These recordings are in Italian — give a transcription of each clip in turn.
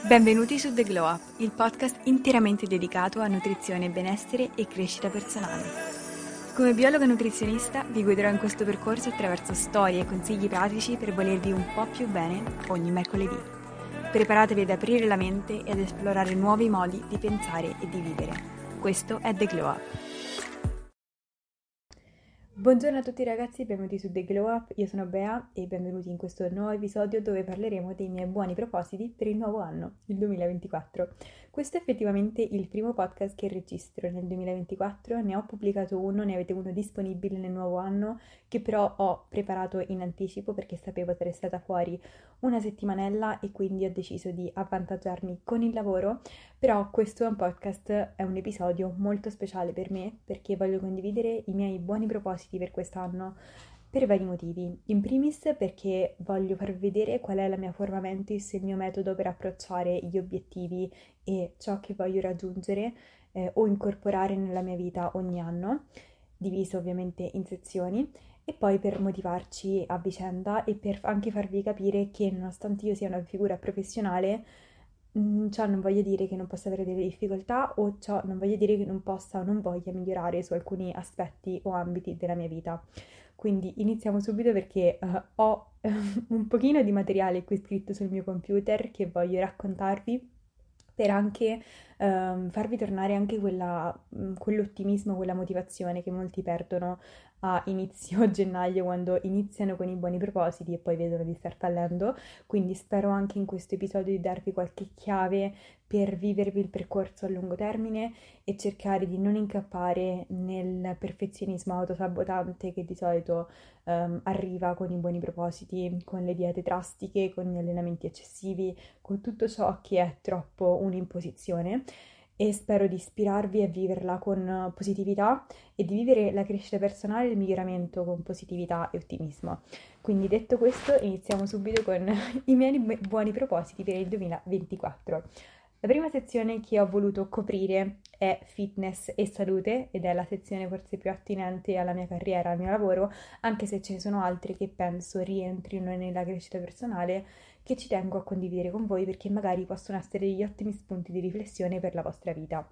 Benvenuti su The Glow Up, il podcast interamente dedicato a nutrizione, benessere e crescita personale. Come biologa nutrizionista vi guiderò in questo percorso attraverso storie e consigli pratici per volervi un po' più bene ogni mercoledì. Preparatevi ad aprire la mente e ad esplorare nuovi modi di pensare e di vivere. Questo è The Glow Up. Buongiorno a tutti ragazzi, benvenuti su The Glow Up, io sono Bea e benvenuti in questo nuovo episodio dove parleremo dei miei buoni propositi per il nuovo anno, il 2024. Questo è effettivamente il primo podcast che registro nel 2024, ne ho pubblicato uno, ne avete uno disponibile nel nuovo anno che però ho preparato in anticipo perché sapevo essere stata fuori una settimanella e quindi ho deciso di avvantaggiarmi con il lavoro. Però questo è un podcast, è un episodio molto speciale per me perché voglio condividere i miei buoni propositi per quest'anno per vari motivi. In primis perché voglio farvi vedere qual è la mia forma mentis, il mio metodo per approcciare gli obiettivi e ciò che voglio raggiungere o incorporare nella mia vita ogni anno, diviso ovviamente in sezioni. E poi per motivarci a vicenda e per anche farvi capire che nonostante io sia una figura professionale, ciò non voglia dire che non possa avere delle difficoltà o ciò non voglia dire che non possa o non voglia migliorare su alcuni aspetti o ambiti della mia vita. Quindi iniziamo subito perché ho un pochino di materiale qui scritto sul mio computer che voglio raccontarvi per anche farvi tornare anche quell'ottimismo, quella motivazione che molti perdono a inizio gennaio quando iniziano con i buoni propositi e poi vedono di star fallendo. Quindi spero anche in questo episodio di darvi qualche chiave per vivervi il percorso a lungo termine e cercare di non incappare nel perfezionismo autosabotante che di solito arriva con i buoni propositi, con le diete drastiche, con gli allenamenti eccessivi, con tutto ciò che è troppo un'imposizione. E spero di ispirarvi a viverla con positività e di vivere la crescita personale e il miglioramento con positività e ottimismo. Quindi detto questo, iniziamo subito con i miei buoni propositi per il 2024. La prima sezione che ho voluto coprire è fitness e salute ed è la sezione forse più attinente alla mia carriera, al mio lavoro, anche se ce ne sono altre che penso rientrino nella crescita personale che ci tengo a condividere con voi perché magari possono essere degli ottimi spunti di riflessione per la vostra vita.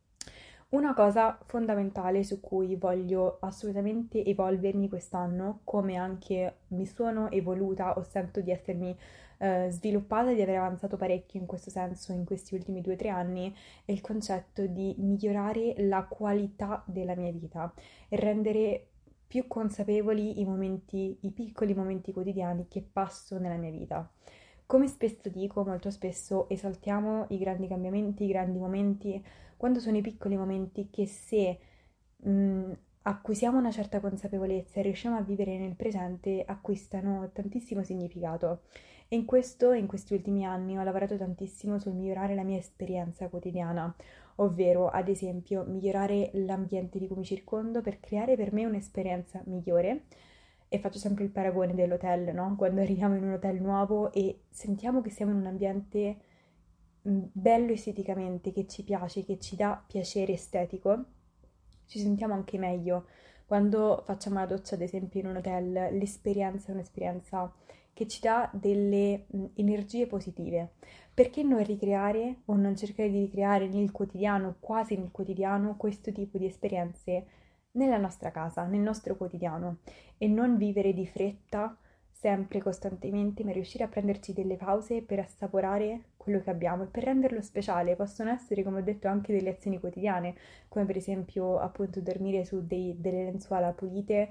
Una cosa fondamentale su cui voglio assolutamente evolvermi quest'anno, come anche mi sono evoluta o sento di essermi sviluppata e di aver avanzato parecchio in questo senso in questi ultimi 2 o 3 anni, è il concetto di migliorare la qualità della mia vita e rendere più consapevoli i piccoli momenti quotidiani che passo nella mia vita. Come spesso dico, molto spesso esaltiamo i grandi cambiamenti, i grandi momenti, quando sono i piccoli momenti che se mh, acquisiamo una certa consapevolezza e riusciamo a vivere nel presente, acquistano tantissimo significato. E in questo, in questi ultimi anni, ho lavorato tantissimo sul migliorare la mia esperienza quotidiana, ovvero, ad esempio, migliorare l'ambiente di cui mi circondo per creare per me un'esperienza migliore. E faccio sempre il paragone dell'hotel, no? Quando arriviamo in un hotel nuovo e sentiamo che siamo in un ambiente bello esteticamente, che ci piace, che ci dà piacere estetico, ci sentiamo anche meglio. Quando facciamo la doccia, ad esempio, in un hotel, l'esperienza è un'esperienza che ci dà delle energie positive. Perché non ricreare o non cercare di ricreare nel quotidiano, quasi nel quotidiano, questo tipo di esperienze nella nostra casa, nel nostro quotidiano e non vivere di fretta sempre costantemente, ma riuscire a prenderci delle pause per assaporare quello che abbiamo e per renderlo speciale. Possono essere, come ho detto, anche delle azioni quotidiane, come per esempio appunto dormire su delle lenzuola pulite,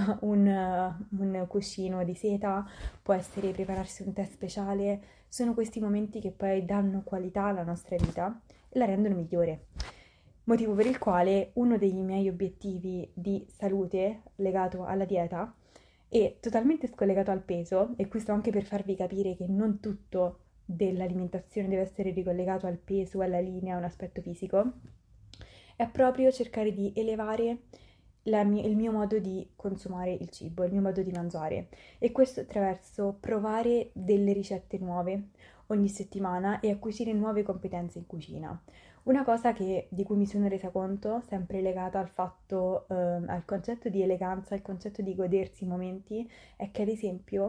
un cuscino di seta, può essere prepararsi un tè speciale. Sono questi momenti che poi danno qualità alla nostra vita e la rendono migliore. Motivo per il quale uno dei miei obiettivi di salute legato alla dieta è totalmente scollegato al peso, e questo anche per farvi capire che non tutto dell'alimentazione deve essere ricollegato al peso, alla linea, a un aspetto fisico, è proprio cercare di elevare il mio modo di consumare il cibo, il mio modo di mangiare. E questo attraverso provare delle ricette nuove ogni settimana e acquisire nuove competenze in cucina. Una cosa di cui mi sono resa conto, sempre legata al fatto, al concetto di eleganza, al concetto di godersi i momenti, è che ad esempio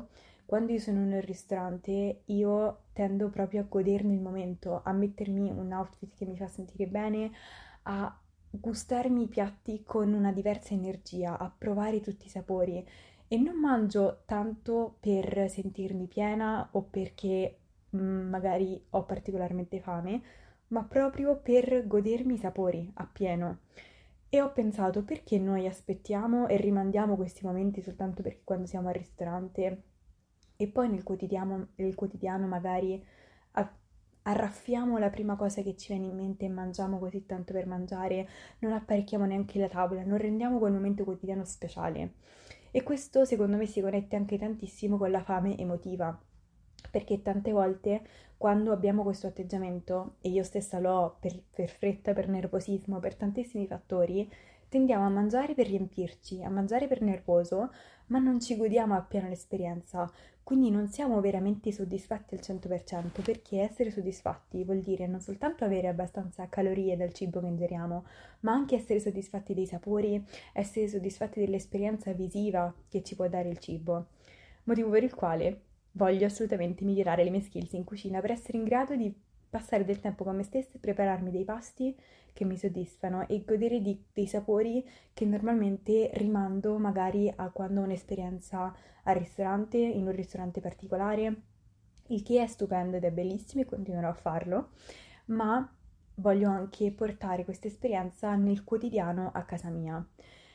quando io sono nel ristorante, io tendo proprio a godermi il momento, a mettermi un outfit che mi fa sentire bene, a gustarmi i piatti con una diversa energia, a provare tutti i sapori. E non mangio tanto per sentirmi piena o perché magari ho particolarmente fame, ma proprio per godermi i sapori appieno. E ho pensato perché noi aspettiamo e rimandiamo questi momenti soltanto perché quando siamo al ristorante e poi nel quotidiano magari a- arraffiamo la prima cosa che ci viene in mente e mangiamo così tanto per mangiare, non apparecchiamo neanche la tavola, non rendiamo quel momento quotidiano speciale. E questo secondo me si connette anche tantissimo con la fame emotiva, perché tante volte quando abbiamo questo atteggiamento, e io stessa l'ho per fretta, per nervosismo, per tantissimi fattori, tendiamo a mangiare per riempirci, a mangiare per nervoso, ma non ci godiamo appieno l'esperienza. Quindi non siamo veramente soddisfatti al 100%, perché essere soddisfatti vuol dire non soltanto avere abbastanza calorie dal cibo che ingeriamo, ma anche essere soddisfatti dei sapori, essere soddisfatti dell'esperienza visiva che ci può dare il cibo. Motivo per il quale voglio assolutamente migliorare le mie skills in cucina per essere in grado di passare del tempo con me stessa e prepararmi dei pasti che mi soddisfano e godere dei sapori che normalmente rimando magari a quando ho un'esperienza al ristorante, in un ristorante particolare, il che è stupendo ed è bellissimo e continuerò a farlo, ma voglio anche portare questa esperienza nel quotidiano a casa mia.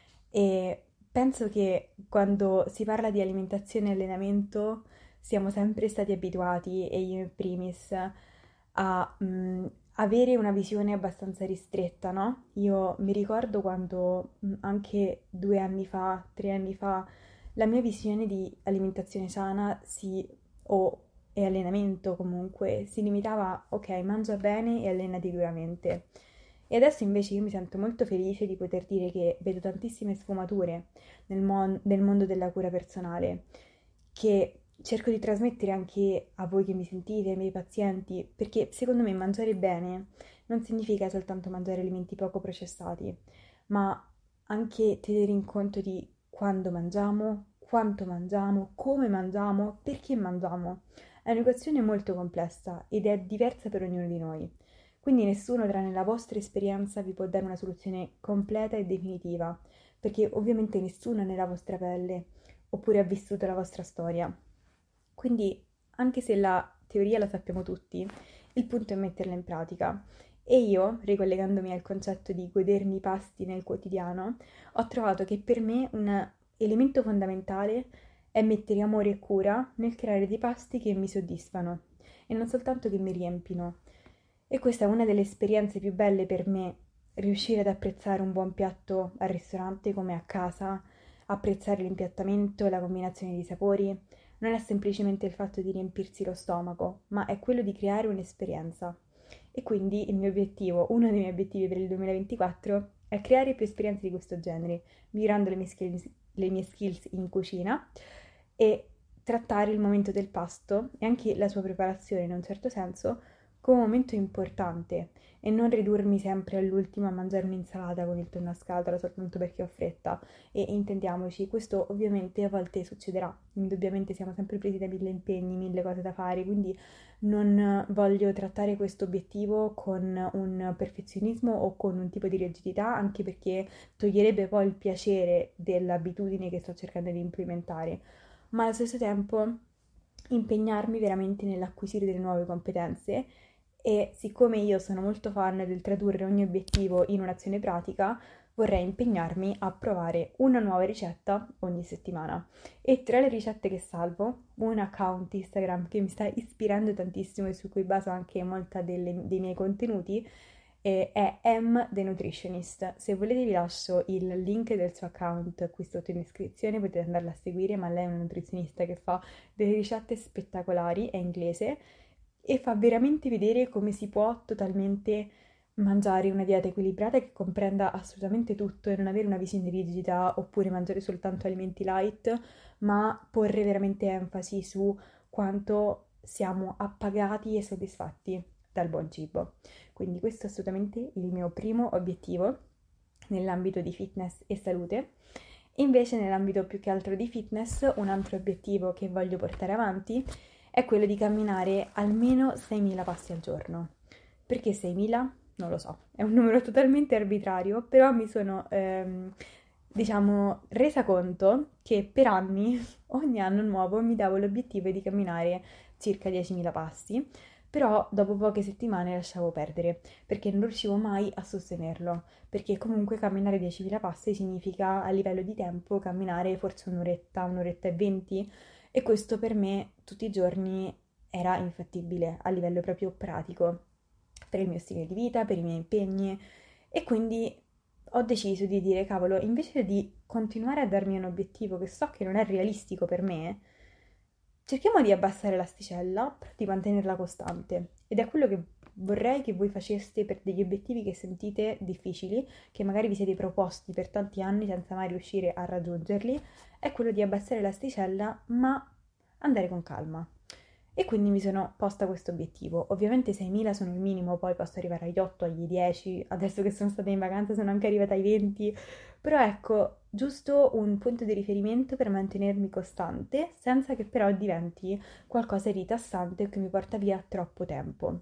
E penso che quando si parla di alimentazione e allenamento siamo sempre stati abituati, e io in primis, a avere una visione abbastanza ristretta, no? Io mi ricordo quando anche 2 anni fa, 3 anni fa, la mia visione di alimentazione sana o e allenamento comunque si limitava a ok, mangia bene e allenati duramente. E adesso invece io mi sento molto felice di poter dire che vedo tantissime sfumature nel mondo della cura personale, che cerco di trasmettere anche a voi che mi sentite, ai miei pazienti, perché secondo me mangiare bene non significa soltanto mangiare alimenti poco processati, ma anche tenere in conto di quando mangiamo, quanto mangiamo, come mangiamo, perché mangiamo. È un'equazione molto complessa ed è diversa per ognuno di noi. Quindi nessuno tranne la vostra esperienza vi può dare una soluzione completa e definitiva, perché ovviamente nessuno è nella vostra pelle oppure ha vissuto la vostra storia. Quindi, anche se la teoria la sappiamo tutti, il punto è metterla in pratica. E io, ricollegandomi al concetto di godermi i pasti nel quotidiano, ho trovato che per me un elemento fondamentale è mettere amore e cura nel creare dei pasti che mi soddisfano e non soltanto che mi riempino. E questa è una delle esperienze più belle per me, riuscire ad apprezzare un buon piatto al ristorante come a casa, apprezzare l'impiattamento e la combinazione di sapori. Non è semplicemente il fatto di riempirsi lo stomaco, ma è quello di creare un'esperienza. E quindi il mio obiettivo, uno dei miei obiettivi per il 2024, è creare più esperienze di questo genere, migliorando le mie skills in cucina e trattare il momento del pasto e anche la sua preparazione in un certo senso come un momento importante e non ridurmi sempre all'ultimo a mangiare un'insalata con il tonno a scatola soltanto perché ho fretta. E intendiamoci, questo ovviamente a volte succederà, indubbiamente siamo sempre presi da mille impegni, mille cose da fare, quindi non voglio trattare questo obiettivo con un perfezionismo o con un tipo di rigidità, anche perché toglierebbe poi il piacere dell'abitudine che sto cercando di implementare, ma allo stesso tempo impegnarmi veramente nell'acquisire delle nuove competenze e siccome io sono molto fan del tradurre ogni obiettivo in un'azione pratica, vorrei impegnarmi a provare una nuova ricetta ogni settimana. E tra le ricette che salvo, un account Instagram che mi sta ispirando tantissimo e su cui baso anche molta dei miei contenuti è M The Nutritionist. Se volete vi lascio il link del suo account qui sotto in descrizione, potete andarla a seguire, ma lei è una nutrizionista che fa delle ricette spettacolari, è inglese e fa veramente vedere come si può totalmente mangiare una dieta equilibrata che comprenda assolutamente tutto e non avere una visione rigida oppure mangiare soltanto alimenti light, ma porre veramente enfasi su quanto siamo appagati e soddisfatti dal buon cibo. Quindi questo è assolutamente il mio primo obiettivo nell'ambito di fitness e salute Invece nell'ambito più che altro di fitness, un altro obiettivo che voglio portare avanti è quello di camminare almeno 6.000 passi al giorno. Perché 6.000? Non lo so, è un numero totalmente arbitrario, però mi sono, diciamo, resa conto che per anni, ogni anno nuovo, mi davo l'obiettivo di camminare circa 10.000 passi, però dopo poche settimane lasciavo perdere, perché non riuscivo mai a sostenerlo, perché comunque camminare 10.000 passi significa a livello di tempo camminare forse un'oretta, un'oretta e 20, e questo per me tutti i giorni era infattibile a livello proprio pratico, per il mio stile di vita, per i miei impegni, e quindi ho deciso di dire, cavolo, invece di continuare a darmi un obiettivo che so che non è realistico per me, cerchiamo di abbassare l'asticella, però di mantenerla costante. Ed è quello che vorrei che voi faceste per degli obiettivi che sentite difficili, che magari vi siete proposti per tanti anni senza mai riuscire a raggiungerli, è quello di abbassare l'asticella, ma andare con calma. E quindi mi sono posta questo obiettivo. Ovviamente 6.000 sono il minimo, poi posso arrivare agli 8, agli 10, adesso che sono stata in vacanza sono anche arrivata ai 20, però ecco, giusto un punto di riferimento per mantenermi costante, senza che però diventi qualcosa di tassante o che mi porta via troppo tempo.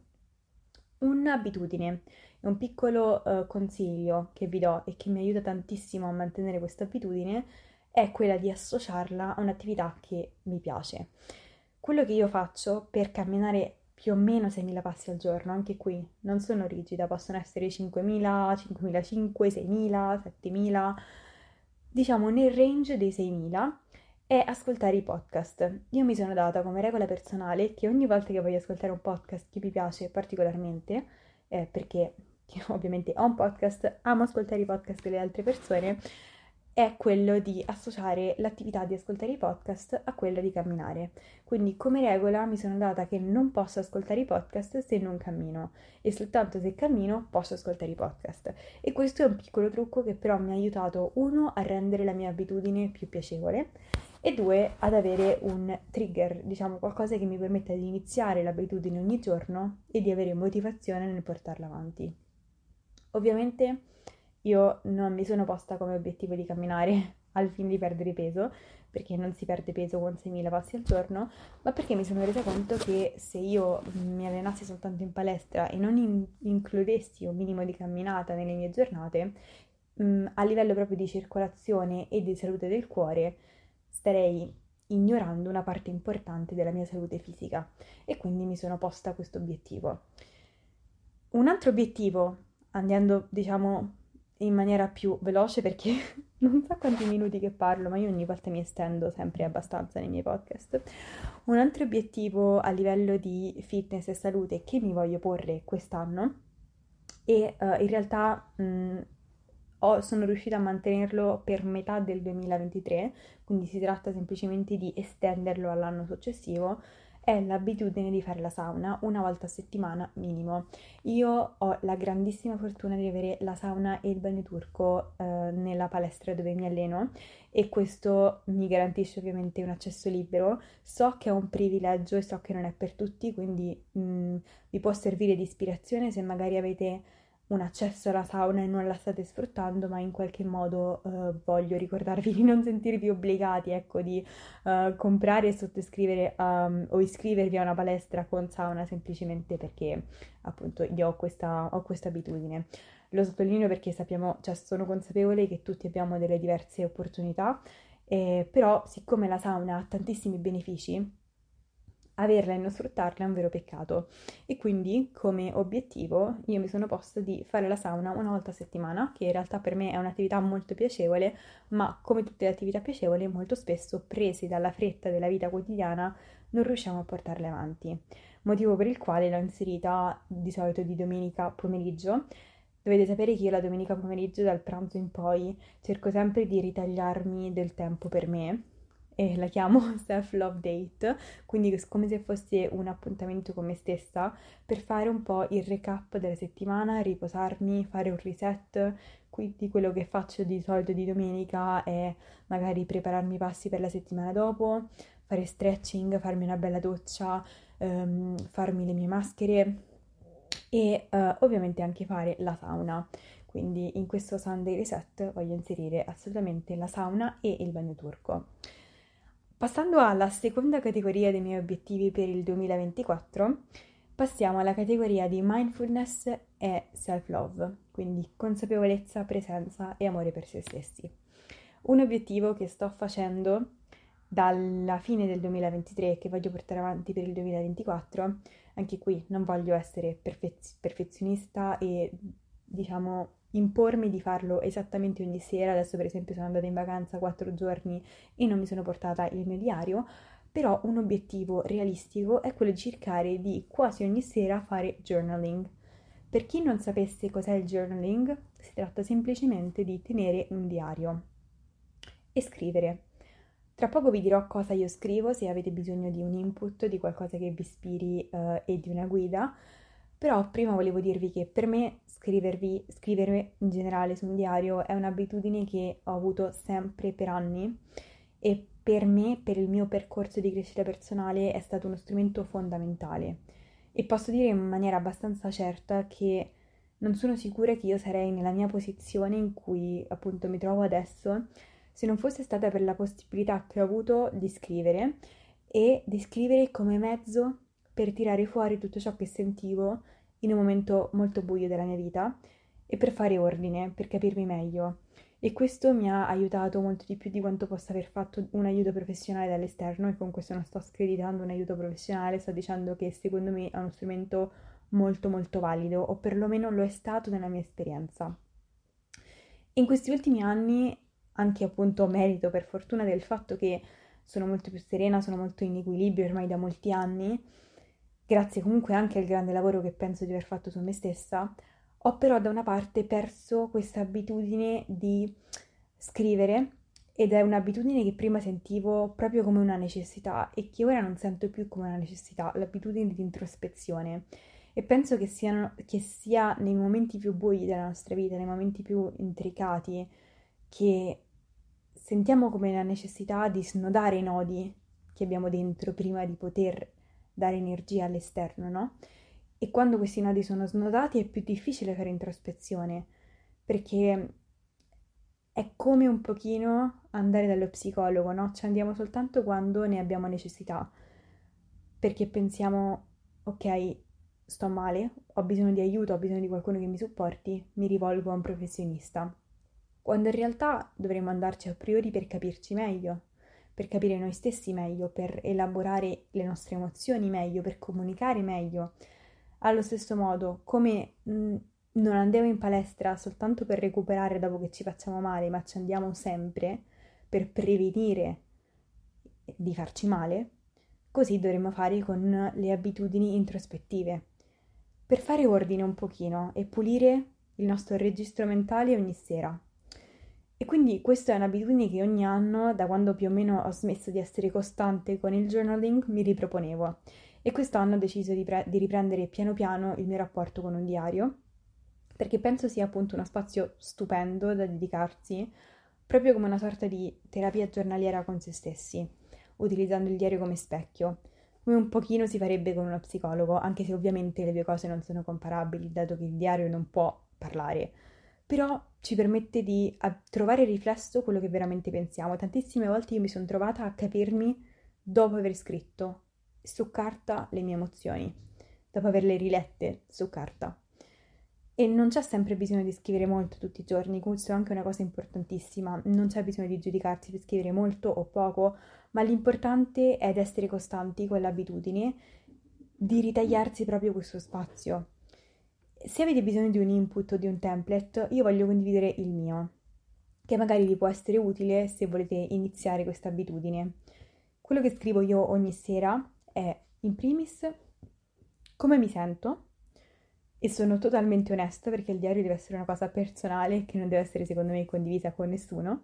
Un'abitudine e un piccolo consiglio che vi do e che mi aiuta tantissimo a mantenere questa abitudine è quella di associarla a un'attività che mi piace. Quello che io faccio per camminare più o meno 6.000 passi al giorno, anche qui non sono rigida, possono essere 5.000, 5.500, 6.000, 7.000, diciamo nel range dei 6.000, è ascoltare i podcast. Io mi sono data come regola personale che ogni volta che voglio ascoltare un podcast che mi piace particolarmente, perché ovviamente ho un podcast, amo ascoltare i podcast delle altre persone, è quello di associare l'attività di ascoltare i podcast a quella di camminare. Quindi come regola mi sono data che non posso ascoltare i podcast se non cammino e soltanto se cammino posso ascoltare i podcast. E questo è un piccolo trucco che però mi ha aiutato, uno, a rendere la mia abitudine più piacevole e due, ad avere un trigger, diciamo qualcosa che mi permetta di iniziare l'abitudine ogni giorno e di avere motivazione nel portarla avanti. Ovviamente io non mi sono posta come obiettivo di camminare al fine di perdere peso, perché non si perde peso con 6.000 passi al giorno, ma perché mi sono resa conto che se io mi allenassi soltanto in palestra e non includessi un minimo di camminata nelle mie giornate, a livello proprio di circolazione e di salute del cuore, starei ignorando una parte importante della mia salute fisica e quindi mi sono posta questo obiettivo. Un altro obiettivo, andando diciamo in maniera più veloce perché non so quanti minuti che parlo, ma io ogni volta mi estendo sempre abbastanza nei miei podcast. Un altro obiettivo a livello di fitness e salute che mi voglio porre quest'anno e in realtà sono riuscita a mantenerlo per metà del 2023, quindi si tratta semplicemente di estenderlo all'anno successivo, è l'abitudine di fare la sauna una volta a settimana minimo. Io ho la grandissima fortuna di avere la sauna e il bagno turco nella palestra dove mi alleno e questo mi garantisce ovviamente un accesso libero. So che è un privilegio e so che non è per tutti, quindi vi può servire di ispirazione se magari avete un accesso alla sauna e non la state sfruttando, ma in qualche modo voglio ricordarvi di non sentirvi obbligati, ecco, di comprare e sottoscrivere o iscrivervi a una palestra con sauna semplicemente perché appunto io ho questa abitudine. Lo sottolineo perché sappiamo, cioè sono consapevole che tutti abbiamo delle diverse opportunità, però siccome la sauna ha tantissimi benefici, averla e non sfruttarla è un vero peccato. E quindi, come obiettivo, io mi sono posta di fare la sauna una volta a settimana, che in realtà per me è un'attività molto piacevole, ma come tutte le attività piacevoli, molto spesso presi dalla fretta della vita quotidiana non riusciamo a portarle avanti. Motivo per il quale l'ho inserita di solito di domenica pomeriggio. Dovete sapere che io la domenica pomeriggio dal pranzo in poi cerco sempre di ritagliarmi del tempo per me e la chiamo self-love date, quindi è come se fosse un appuntamento con me stessa per fare un po' il recap della settimana, riposarmi, fare un reset. Quindi quello che faccio di solito di domenica è magari prepararmi i passi per la settimana dopo, fare stretching, farmi una bella doccia, farmi le mie maschere e ovviamente anche fare la sauna. quindi in questo Sunday Reset voglio inserire assolutamente la sauna e il bagno turco. Passando alla seconda categoria dei miei obiettivi per il 2024, passiamo alla categoria di mindfulness e self-love, quindi consapevolezza, presenza e amore per se stessi. Un obiettivo che sto facendo dalla fine del 2023 e che voglio portare avanti per il 2024. Anche qui non voglio essere perfezionista e, diciamo, impormi di farlo esattamente ogni sera. Adesso, per esempio, sono andata in vacanza 4 giorni e non mi sono portata il mio diario, però un obiettivo realistico è quello di cercare di quasi ogni sera fare journaling. Per chi non sapesse cos'è il journaling, si tratta semplicemente di tenere un diario e scrivere. Tra poco vi dirò cosa io scrivo, se avete bisogno di un input, di qualcosa che vi ispiri e di una guida, però prima volevo dirvi che per me scrivere in generale su un diario è un'abitudine che ho avuto sempre per anni e per me, per il mio percorso di crescita personale, è stato uno strumento fondamentale. E posso dire in maniera abbastanza certa che non sono sicura che io sarei nella mia posizione in cui appunto mi trovo adesso se non fosse stata per la possibilità che ho avuto di scrivere e di scrivere come mezzo per tirare fuori tutto ciò che sentivo in un momento molto buio della mia vita e per fare ordine, per capirmi meglio. E questo mi ha aiutato molto di più di quanto possa aver fatto un aiuto professionale dall'esterno, e con questo non sto screditando un aiuto professionale, sto dicendo che secondo me è uno strumento molto molto valido, o perlomeno lo è stato nella mia esperienza. In questi ultimi anni, anche appunto merito per fortuna del fatto che sono molto più serena, sono molto in equilibrio ormai da molti anni, grazie comunque anche al grande lavoro che penso di aver fatto su me stessa, ho però da una parte perso questa abitudine di scrivere, ed è un'abitudine che prima sentivo proprio come una necessità e che ora non sento più come una necessità, l'abitudine di introspezione. E penso che sia nei momenti più bui della nostra vita, nei momenti più intricati, che sentiamo come la necessità di snodare i nodi che abbiamo dentro prima di poter dare energia all'esterno, no? E quando questi nodi sono snodati è più difficile fare introspezione, perché è come un pochino andare dallo psicologo, no? Ci andiamo soltanto quando ne abbiamo necessità, perché pensiamo, ok, sto male, ho bisogno di aiuto, ho bisogno di qualcuno che mi supporti, mi rivolgo a un professionista. Quando in realtà dovremmo andarci a priori per capirci meglio, per capire noi stessi meglio, per elaborare le nostre emozioni meglio, per comunicare meglio. Allo stesso modo, come non andiamo in palestra soltanto per recuperare dopo che ci facciamo male, ma ci andiamo sempre per prevenire di farci male, così dovremmo fare con le abitudini introspettive, per fare ordine un pochino e pulire il nostro registro mentale ogni sera. E quindi questa è un'abitudine che ogni anno, da quando più o meno ho smesso di essere costante con il journaling, mi riproponevo. E quest'anno ho deciso di riprendere piano piano il mio rapporto con un diario, perché penso sia appunto uno spazio stupendo da dedicarsi, proprio come una sorta di terapia giornaliera con se stessi, utilizzando il diario come specchio, come un pochino si farebbe con uno psicologo, anche se ovviamente le due cose non sono comparabili, dato che il diario non può parlare, però ci permette di trovare riflesso quello che veramente pensiamo. Tantissime volte io mi sono trovata a capirmi dopo aver scritto su carta le mie emozioni, dopo averle rilette su carta. E non c'è sempre bisogno di scrivere molto tutti i giorni, questo è anche una cosa importantissima, non c'è bisogno di giudicarsi per scrivere molto o poco, ma l'importante è essere costanti con l'abitudine di ritagliarsi proprio questo spazio. Se avete bisogno di un input o di un template, io voglio condividere il mio, che magari vi può essere utile se volete iniziare questa abitudine. Quello che scrivo io ogni sera è, in primis, come mi sento, e sono totalmente onesta perché il diario deve essere una cosa personale che non deve essere secondo me condivisa con nessuno.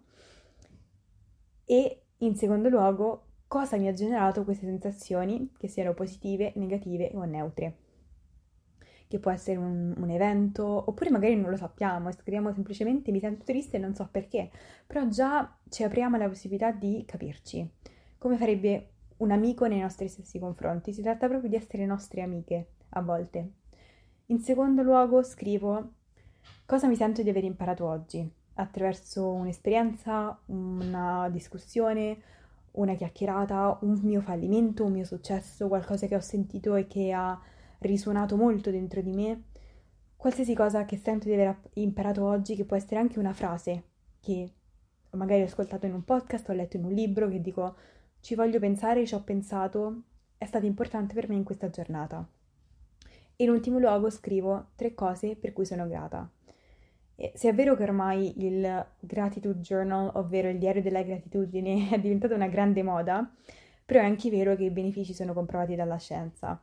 E in secondo luogo, cosa mi ha generato queste sensazioni, che siano positive, negative o neutre. Che può essere un evento, oppure magari non lo sappiamo e scriviamo semplicemente mi sento triste e non so perché, però già ci apriamo alla possibilità di capirci, come farebbe un amico nei nostri stessi confronti. Si tratta proprio di essere nostre amiche a volte. In secondo luogo scrivo Cosa mi sento di aver imparato oggi? Attraverso un'esperienza, una discussione, una chiacchierata, un mio fallimento, un mio successo, qualcosa che ho sentito e che ha risuonato molto dentro di me, qualsiasi cosa che sento di aver imparato oggi, che può essere anche una frase che magari ho ascoltato in un podcast, ho letto in un libro, che dico ci voglio pensare, ci ho pensato, è stato importante per me in questa giornata. E in ultimo luogo scrivo 3 cose per cui sono grata. E se è vero che ormai il gratitude journal, ovvero il diario della gratitudine, è diventato una grande moda, però è anche vero che i benefici sono comprovati dalla scienza.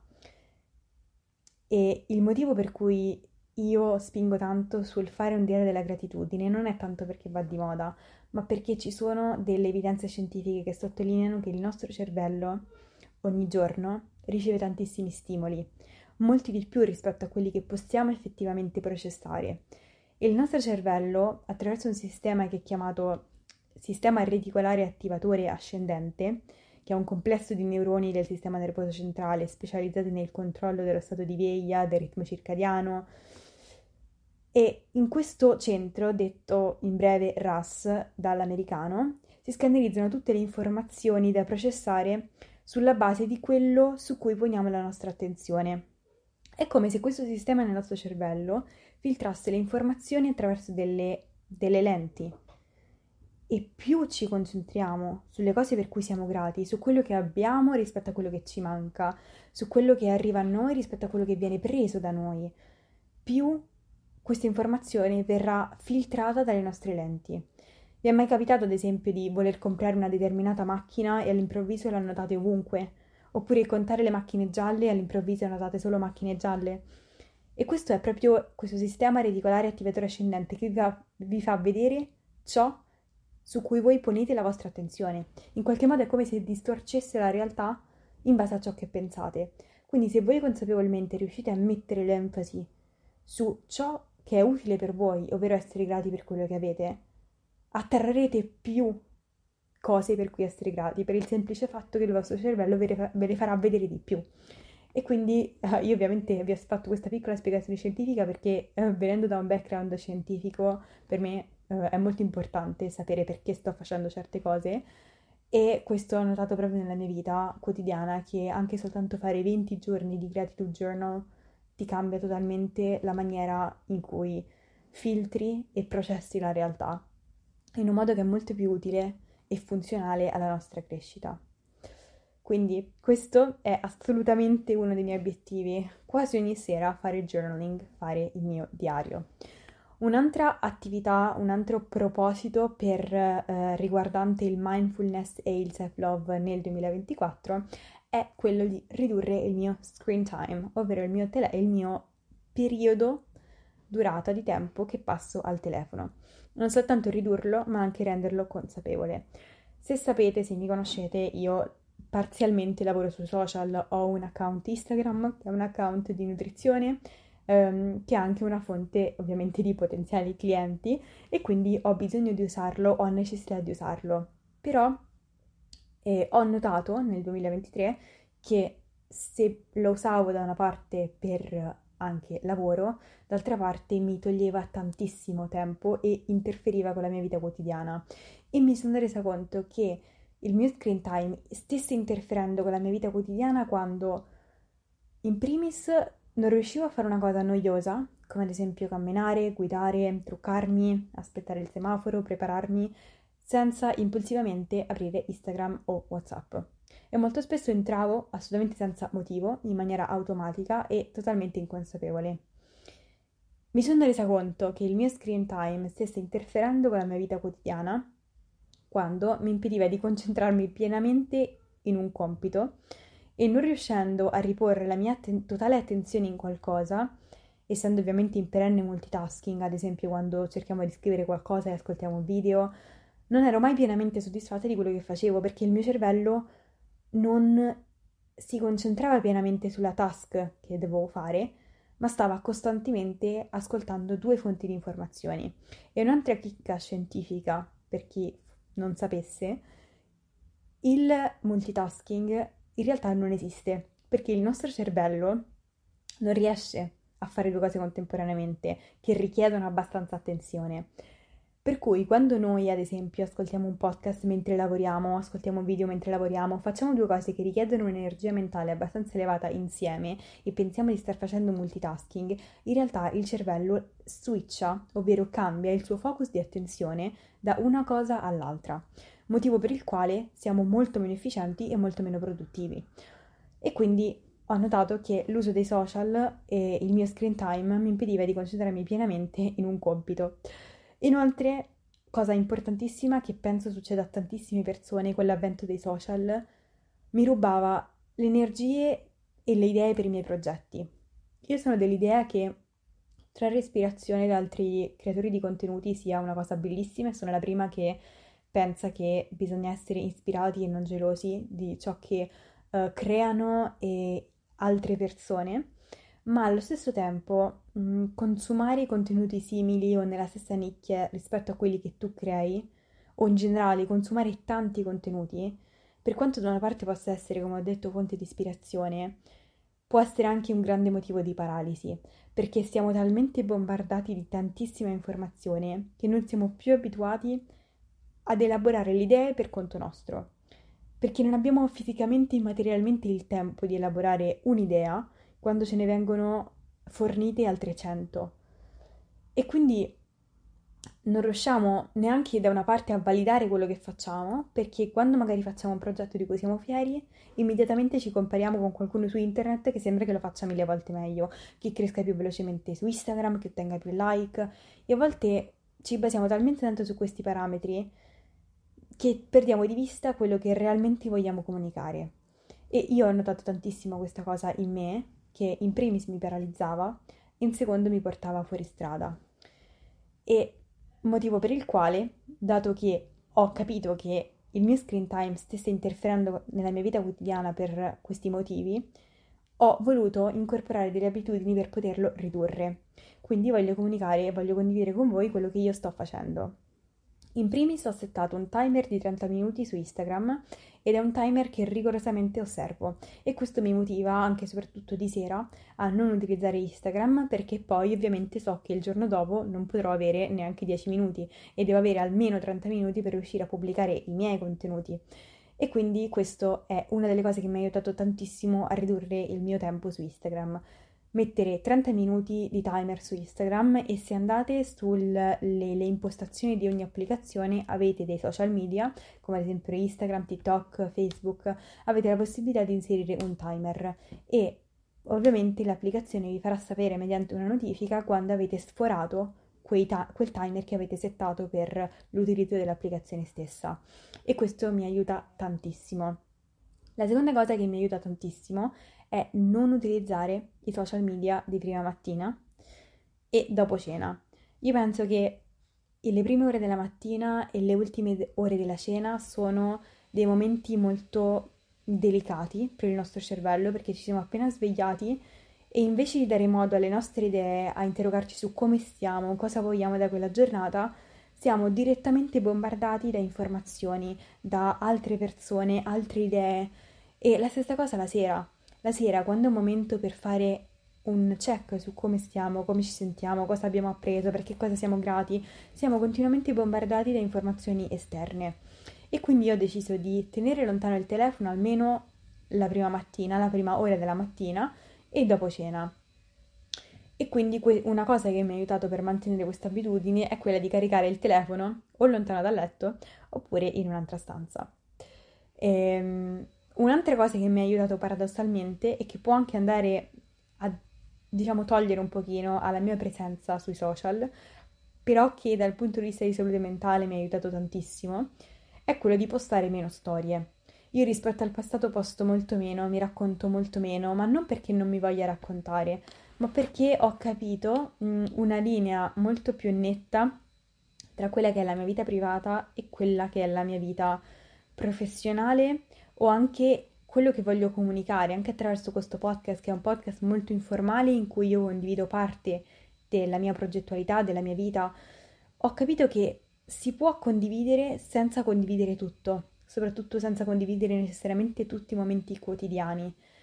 E il motivo per cui io spingo tanto sul fare un diario della gratitudine non è tanto perché va di moda, ma perché ci sono delle evidenze scientifiche che sottolineano che il nostro cervello ogni giorno riceve tantissimi stimoli, molti di più rispetto a quelli che possiamo effettivamente processare. E il nostro cervello, attraverso un sistema che è chiamato sistema reticolare attivatore ascendente, che è un complesso di neuroni del sistema nervoso centrale specializzati nel controllo dello stato di veglia, del ritmo circadiano. E in questo centro, detto in breve RAS dall'americano, si scannerizzano tutte le informazioni da processare sulla base di quello su cui poniamo la nostra attenzione. È come se questo sistema nel nostro cervello filtrasse le informazioni attraverso delle lenti e più ci concentriamo sulle cose per cui siamo grati, su quello che abbiamo rispetto a quello che ci manca, su quello che arriva a noi rispetto a quello che viene preso da noi, più questa informazione verrà filtrata dalle nostre lenti. Vi è mai capitato, ad esempio, di voler comprare una determinata macchina e all'improvviso la notate ovunque? Oppure contare le macchine gialle e all'improvviso notate solo macchine gialle? E questo è proprio questo sistema reticolare attivatore ascendente che vi fa vedere ciò su cui voi ponete la vostra attenzione. In qualche modo è come se distorcesse la realtà in base a ciò che pensate. Quindi se voi consapevolmente riuscite a mettere l'enfasi su ciò che è utile per voi, ovvero essere grati per quello che avete, attrarrete più cose per cui essere grati, per il semplice fatto che il vostro cervello ve le farà vedere di più. E quindi io ovviamente vi ho fatto questa piccola spiegazione scientifica perché venendo da un background scientifico per me è molto importante sapere perché sto facendo certe cose e questo ho notato proprio nella mia vita quotidiana che anche soltanto fare 20 giorni di gratitude journal ti cambia totalmente la maniera in cui filtri e processi la realtà in un modo che è molto più utile e funzionale alla nostra crescita. Quindi questo è assolutamente uno dei miei obiettivi, quasi ogni sera fare journaling, fare il mio diario. Un'altra attività, un altro proposito riguardante il mindfulness e il self-love nel 2024 è quello di ridurre il mio screen time, ovvero il mio periodo durata di tempo che passo al telefono. Non soltanto ridurlo, ma anche renderlo consapevole. Se sapete, se mi conoscete, io parzialmente lavoro sui social, ho un account Instagram, che è un account di nutrizione, che è anche una fonte ovviamente di potenziali clienti e quindi ho bisogno di usarlo, ho necessità di usarlo. Però ho notato nel 2023 che se lo usavo da una parte per anche lavoro, d'altra parte mi toglieva tantissimo tempo e interferiva con la mia vita quotidiana e mi sono resa conto che il mio screen time stesse interferendo con la mia vita quotidiana quando in primis non riuscivo a fare una cosa noiosa, come ad esempio camminare, guidare, truccarmi, aspettare il semaforo, prepararmi, senza impulsivamente aprire Instagram o WhatsApp. E molto spesso entravo assolutamente senza motivo, in maniera automatica e totalmente inconsapevole. Mi sono resa conto che il mio screen time stesse interferendo con la mia vita quotidiana quando mi impediva di concentrarmi pienamente in un compito e non riuscendo a riporre la mia totale attenzione in qualcosa, essendo ovviamente in perenne multitasking, ad esempio quando cerchiamo di scrivere qualcosa e ascoltiamo un video, non ero mai pienamente soddisfatta di quello che facevo perché il mio cervello non si concentrava pienamente sulla task che dovevo fare, ma stava costantemente ascoltando 2 fonti di informazioni. E un'altra chicca scientifica, per chi non sapesse, il multitasking in realtà non esiste, perché il nostro cervello non riesce a fare due cose contemporaneamente che richiedono abbastanza attenzione. Per cui quando noi, ad esempio, ascoltiamo un podcast mentre lavoriamo, ascoltiamo un video mentre lavoriamo, facciamo due cose che richiedono un'energia mentale abbastanza elevata insieme e pensiamo di star facendo multitasking, in realtà il cervello switcha, ovvero cambia il suo focus di attenzione da una cosa all'altra, motivo per il quale siamo molto meno efficienti e molto meno produttivi. E quindi ho notato che l'uso dei social e il mio screen time mi impediva di concentrarmi pienamente in un compito. Inoltre, cosa importantissima che penso succeda a tantissime persone con l'avvento dei social, mi rubava le energie e le idee per i miei progetti. Io sono dell'idea che trarre ispirazione da altri creatori di contenuti sia una cosa bellissima e sono la prima che pensa che bisogna essere ispirati e non gelosi di ciò che creano e altre persone, ma allo stesso tempo consumare contenuti simili o nella stessa nicchia rispetto a quelli che tu crei, o in generale consumare tanti contenuti, per quanto da una parte possa essere, come ho detto, fonte di ispirazione, può essere anche un grande motivo di paralisi, perché siamo talmente bombardati di tantissima informazione che non siamo più abituati ad elaborare le idee per conto nostro, perché non abbiamo fisicamente e materialmente il tempo di elaborare un'idea quando ce ne vengono fornite altre 100. E quindi non riusciamo neanche da una parte a validare quello che facciamo, perché quando magari facciamo un progetto di cui siamo fieri, immediatamente ci compariamo con qualcuno su internet che sembra che lo faccia 1000 volte meglio, che cresca più velocemente su Instagram, che ottenga più like, e a volte ci basiamo talmente tanto su questi parametri che perdiamo di vista quello che realmente vogliamo comunicare. E io ho notato tantissimo questa cosa in me, che in primis mi paralizzava, in secondo mi portava fuori strada. E motivo per il quale, dato che ho capito che il mio screen time stesse interferendo nella mia vita quotidiana per questi motivi, ho voluto incorporare delle abitudini per poterlo ridurre. Quindi voglio comunicare e voglio condividere con voi quello che io sto facendo. In primis ho settato un timer di 30 minuti su Instagram ed è un timer che rigorosamente osservo e questo mi motiva anche e soprattutto di sera a non utilizzare Instagram perché poi ovviamente so che il giorno dopo non potrò avere neanche 10 minuti e devo avere almeno 30 minuti per riuscire a pubblicare i miei contenuti. E quindi questo è una delle cose che mi ha aiutato tantissimo a ridurre il mio tempo su Instagram. Mettere 30 minuti di timer su Instagram e se andate sulle le impostazioni di ogni applicazione avete dei social media, come ad esempio Instagram, TikTok, Facebook, avete la possibilità di inserire un timer e ovviamente l'applicazione vi farà sapere mediante una notifica quando avete sforato quel timer che avete settato per l'utilizzo dell'applicazione stessa e questo mi aiuta tantissimo. La seconda cosa che mi aiuta tantissimo è non utilizzare i social media di prima mattina e dopo cena. Io penso che le prime ore della mattina e le ultime ore della cena sono dei momenti molto delicati per il nostro cervello perché ci siamo appena svegliati e invece di dare modo alle nostre idee a interrogarci su come stiamo, cosa vogliamo da quella giornata, siamo direttamente bombardati da informazioni, da altre persone, altre idee e la stessa cosa la sera. La sera, quando è un momento per fare un check su come stiamo, come ci sentiamo, cosa abbiamo appreso, per che cosa siamo grati, siamo continuamente bombardati da informazioni esterne. E quindi io ho deciso di tenere lontano il telefono almeno la prima mattina, la prima ora della mattina e dopo cena. E quindi una cosa che mi ha aiutato per mantenere questa abitudine è quella di caricare il telefono o lontano dal letto oppure in un'altra stanza. Un'altra cosa che mi ha aiutato paradossalmente e che può anche andare a, diciamo, togliere un pochino alla mia presenza sui social, però che dal punto di vista di salute mentale mi ha aiutato tantissimo, è quello di postare meno storie. Io rispetto al passato posto molto meno, mi racconto molto meno, ma non perché non mi voglia raccontare, ma perché ho capito una linea molto più netta tra quella che è la mia vita privata e quella che è la mia vita professionale o anche quello che voglio comunicare, anche attraverso questo podcast, che è un podcast molto informale in cui io condivido parte della mia progettualità, della mia vita. Ho capito che si può condividere senza condividere tutto, soprattutto senza condividere necessariamente tutti i momenti quotidiani.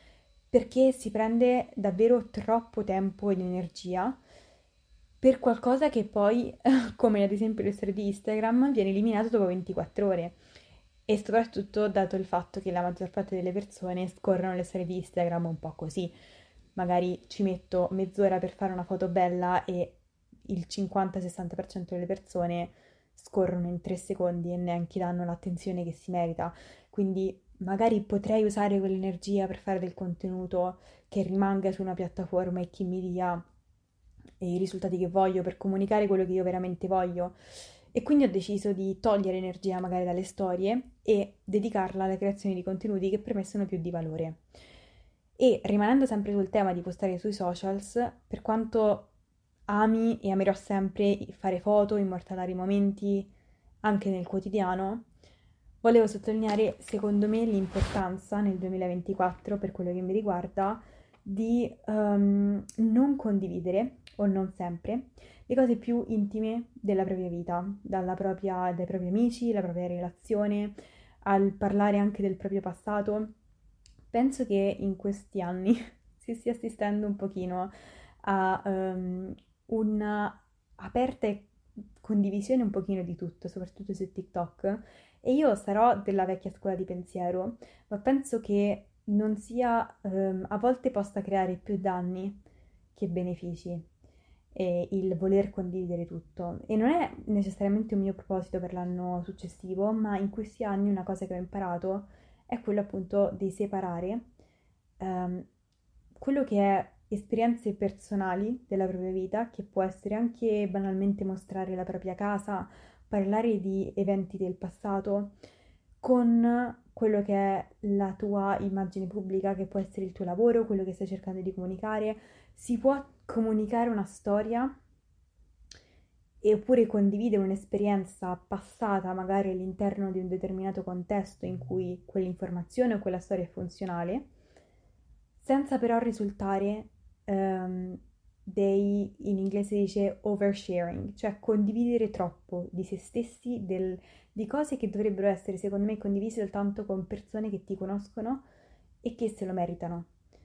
perché si prende davvero troppo tempo ed energia per qualcosa che poi, come ad esempio le storie di Instagram, viene eliminato dopo 24 ore. E soprattutto dato il fatto che la maggior parte delle persone scorrono le storie di Instagram un po' così. Magari ci metto mezz'ora per fare una foto bella e il 50-60% delle persone scorrono in 3 secondi e neanche danno l'attenzione che si merita. Quindi magari potrei usare quell'energia per fare del contenuto che rimanga su una piattaforma e che mi dia i risultati che voglio, per comunicare quello che io veramente voglio. E quindi ho deciso di togliere energia magari dalle storie e dedicarla alla creazione di contenuti che per me sono più di valore. E rimanendo sempre sul tema di postare sui socials, per quanto ami e amerò sempre fare foto, immortalare i momenti anche nel quotidiano, volevo sottolineare secondo me l'importanza nel 2024, per quello che mi riguarda, di non condividere, o non sempre, le cose più intime della propria vita, dai propri amici, la propria relazione, al parlare anche del proprio passato. Penso che in questi anni si stia assistendo un pochino a una aperta condivisione un pochino di tutto, soprattutto su TikTok. E io sarò della vecchia scuola di pensiero, ma penso che non sia, a volte possa creare più danni che benefici e il voler condividere tutto. E non è necessariamente un mio proposito per l'anno successivo, ma in questi anni una cosa che ho imparato è quello appunto di separare ehm, quello che è esperienze personali della propria vita, che può essere anche banalmente mostrare la propria casa, parlare di eventi del passato, con quello che è la tua immagine pubblica, che può essere il tuo lavoro, quello che stai cercando di comunicare. Si può comunicare una storia oppure condividere un'esperienza passata magari all'interno di un determinato contesto in cui quell'informazione o quella storia è funzionale, senza però risultare in inglese si dice oversharing, cioè condividere troppo di se stessi, di cose che dovrebbero essere secondo me condivise soltanto con persone che ti conoscono e che se lo meritano.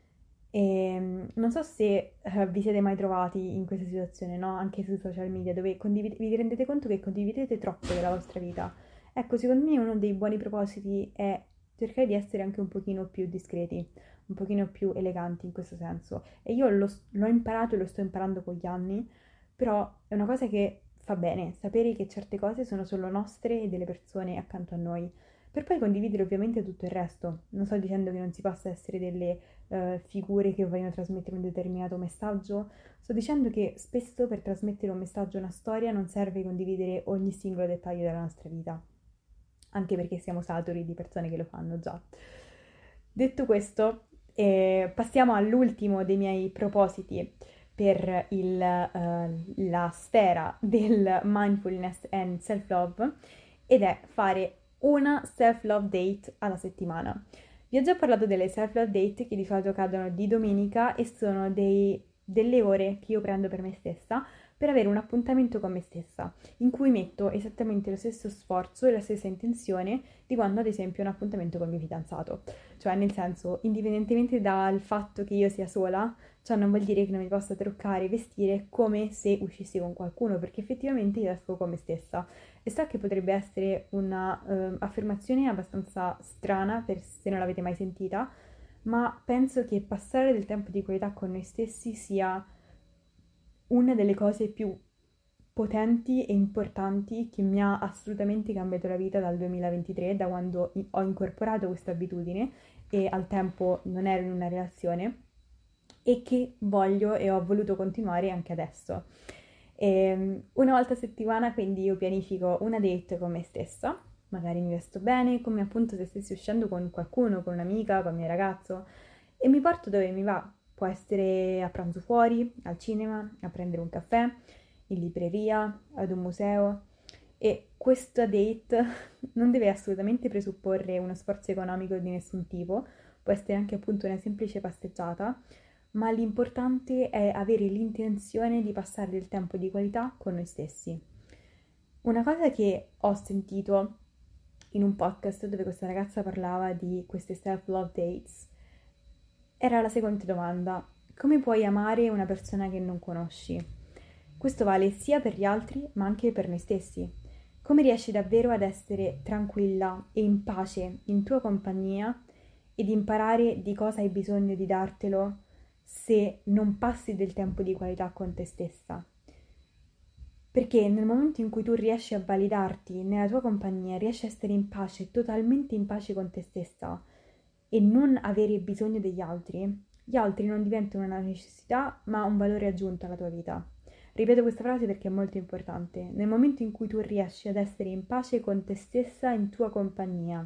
Non so se vi siete mai trovati in questa situazione, no? Anche sui social media, dove vi rendete conto che condividete troppo della vostra vita. Ecco, secondo me uno dei buoni propositi è cercare di essere anche un pochino più discreti, un pochino più eleganti in questo senso. E io l'ho imparato e lo sto imparando con gli anni, però è una cosa che fa bene, sapere che certe cose sono solo nostre e delle persone accanto a noi. Per poi condividere ovviamente tutto il resto. Non sto dicendo che non si possa essere delle figure che vogliono trasmettere un determinato messaggio. Sto dicendo che spesso per trasmettere un messaggio, una storia, non serve condividere ogni singolo dettaglio della nostra vita, anche perché siamo saturi di persone che lo fanno già. Detto questo, passiamo all'ultimo dei miei propositi per la sfera del mindfulness and self-love, ed è fare una self-love date alla settimana. Vi ho già parlato delle self-love date che di solito cadono di domenica e sono delle ore che io prendo per me stessa per avere un appuntamento con me stessa, in cui metto esattamente lo stesso sforzo e la stessa intenzione di quando ad esempio ho un appuntamento con il mio fidanzato. Cioè, nel senso, indipendentemente dal fatto che io sia sola, ciò non vuol dire che non mi possa truccare e vestire come se uscissi con qualcuno, perché effettivamente io esco con me stessa. E so che potrebbe essere una affermazione abbastanza strana per se non l'avete mai sentita, ma penso che passare del tempo di qualità con noi stessi sia una delle cose più potenti e importanti che mi ha assolutamente cambiato la vita dal 2023, da quando ho incorporato questa abitudine e al tempo non ero in una relazione e che voglio e ho voluto continuare anche adesso. Una volta a settimana quindi io pianifico una date con me stessa, magari mi vesto bene, come appunto se stessi uscendo con qualcuno, con un'amica, con il mio ragazzo, e mi porto dove mi va. Può essere a pranzo fuori, al cinema, a prendere un caffè, in libreria, ad un museo. E questa date non deve assolutamente presupporre uno sforzo economico di nessun tipo, può essere anche appunto una semplice passeggiata, ma l'importante è avere l'intenzione di passare del tempo di qualità con noi stessi. Una cosa che ho sentito in un podcast dove questa ragazza parlava di queste self-love dates era la seguente domanda: come puoi amare una persona che non conosci? Questo vale sia per gli altri, ma anche per noi stessi. Come riesci davvero ad essere tranquilla e in pace in tua compagnia ed imparare di cosa hai bisogno di dartelo se non passi del tempo di qualità con te stessa? Perché nel momento in cui tu riesci a validarti nella tua compagnia, riesci a essere in pace, totalmente in pace con te stessa e non avere bisogno degli altri, gli altri non diventano una necessità, ma un valore aggiunto alla tua vita. Ripeto questa frase perché è molto importante. Nel momento in cui tu riesci ad essere in pace con te stessa in tua compagnia,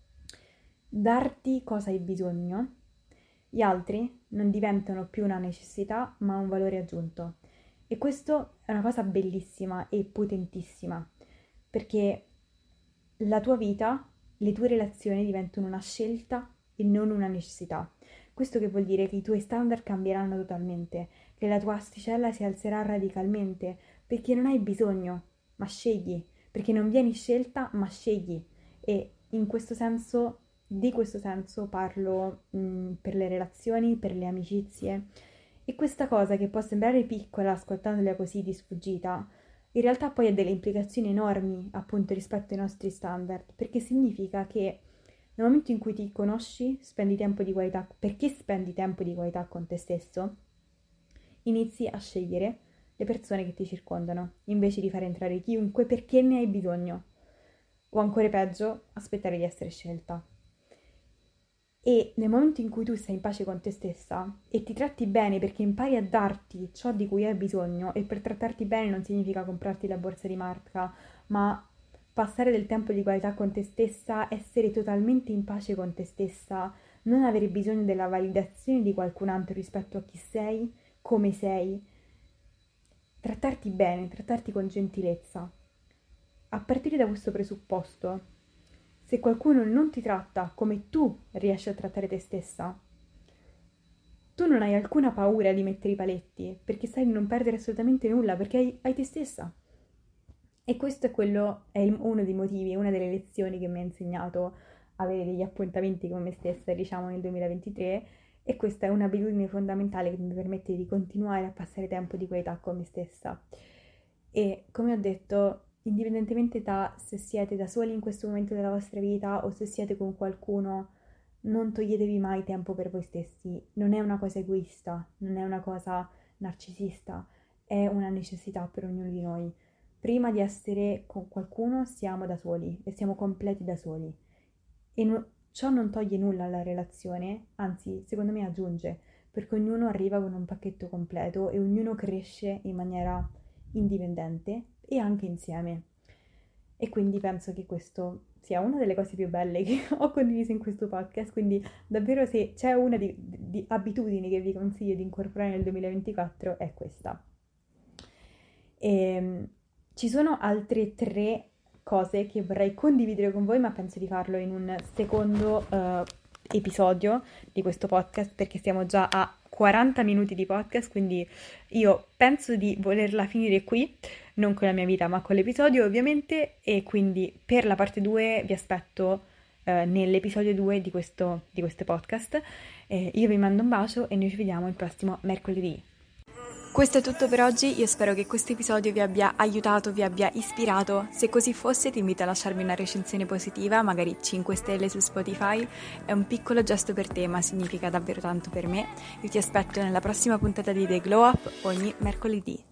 darti cosa hai bisogno, gli altri non diventano più una necessità, ma un valore aggiunto. E questo è una cosa bellissima e potentissima, perché la tua vita, le tue relazioni diventano una scelta e non una necessità. Questo che vuol dire che i tuoi standard cambieranno totalmente, che la tua asticella si alzerà radicalmente, perché non hai bisogno, ma scegli, perché non vieni scelta, ma scegli. E in questo senso, di questo senso parlo per le relazioni, per le amicizie. E questa cosa che può sembrare piccola ascoltandola così di sfuggita, in realtà poi ha delle implicazioni enormi appunto rispetto ai nostri standard, perché significa che nel momento in cui ti conosci, spendi tempo di qualità, perché spendi tempo di qualità con te stesso, inizi a scegliere le persone che ti circondano, invece di far entrare chiunque perché ne hai bisogno, o ancora peggio, aspettare di essere scelta. E nel momento in cui tu sei in pace con te stessa e ti tratti bene perché impari a darti ciò di cui hai bisogno, e per trattarti bene non significa comprarti la borsa di marca, ma passare del tempo di qualità con te stessa, essere totalmente in pace con te stessa, non avere bisogno della validazione di qualcun altro rispetto a chi sei, come sei, trattarti bene, trattarti con gentilezza. A partire da questo presupposto, se qualcuno non ti tratta come tu riesci a trattare te stessa, tu non hai alcuna paura di mettere i paletti, perché sai di non perdere assolutamente nulla, perché hai te stessa. E questo è uno dei motivi, una delle lezioni che mi ha insegnato avere degli appuntamenti con me stessa, diciamo, nel 2023, e questa è un'abitudine fondamentale che mi permette di continuare a passare tempo di qualità con me stessa. E come ho detto, indipendentemente da se siete da soli in questo momento della vostra vita o se siete con qualcuno, non toglietevi mai tempo per voi stessi. Non è una cosa egoista, non è una cosa narcisista, è una necessità per ognuno di noi. Prima di essere con qualcuno siamo da soli e siamo completi da soli. E ciò non toglie nulla alla relazione, anzi, secondo me aggiunge, perché ognuno arriva con un pacchetto completo e ognuno cresce in maniera indipendente e anche insieme. E quindi penso che questo sia una delle cose più belle che ho condiviso in questo podcast, quindi davvero se c'è una di abitudini che vi consiglio di incorporare nel 2024 è questa. Ci sono altre 3 cose che vorrei condividere con voi, ma penso di farlo in un secondo episodio di questo podcast, perché siamo già a 40 minuti di podcast, quindi io penso di volerla finire qui, non con la mia vita, ma con l'episodio ovviamente, e quindi per la parte 2 vi aspetto nell'episodio 2 di questo podcast. Io vi mando un bacio e noi ci vediamo il prossimo mercoledì. Questo è tutto per oggi, io spero che questo episodio vi abbia aiutato, vi abbia ispirato. Se così fosse, ti invito a lasciarmi una recensione positiva, magari 5 stelle su Spotify. È un piccolo gesto per te, ma significa davvero tanto per me. Io ti aspetto nella prossima puntata di The Glow Up ogni mercoledì.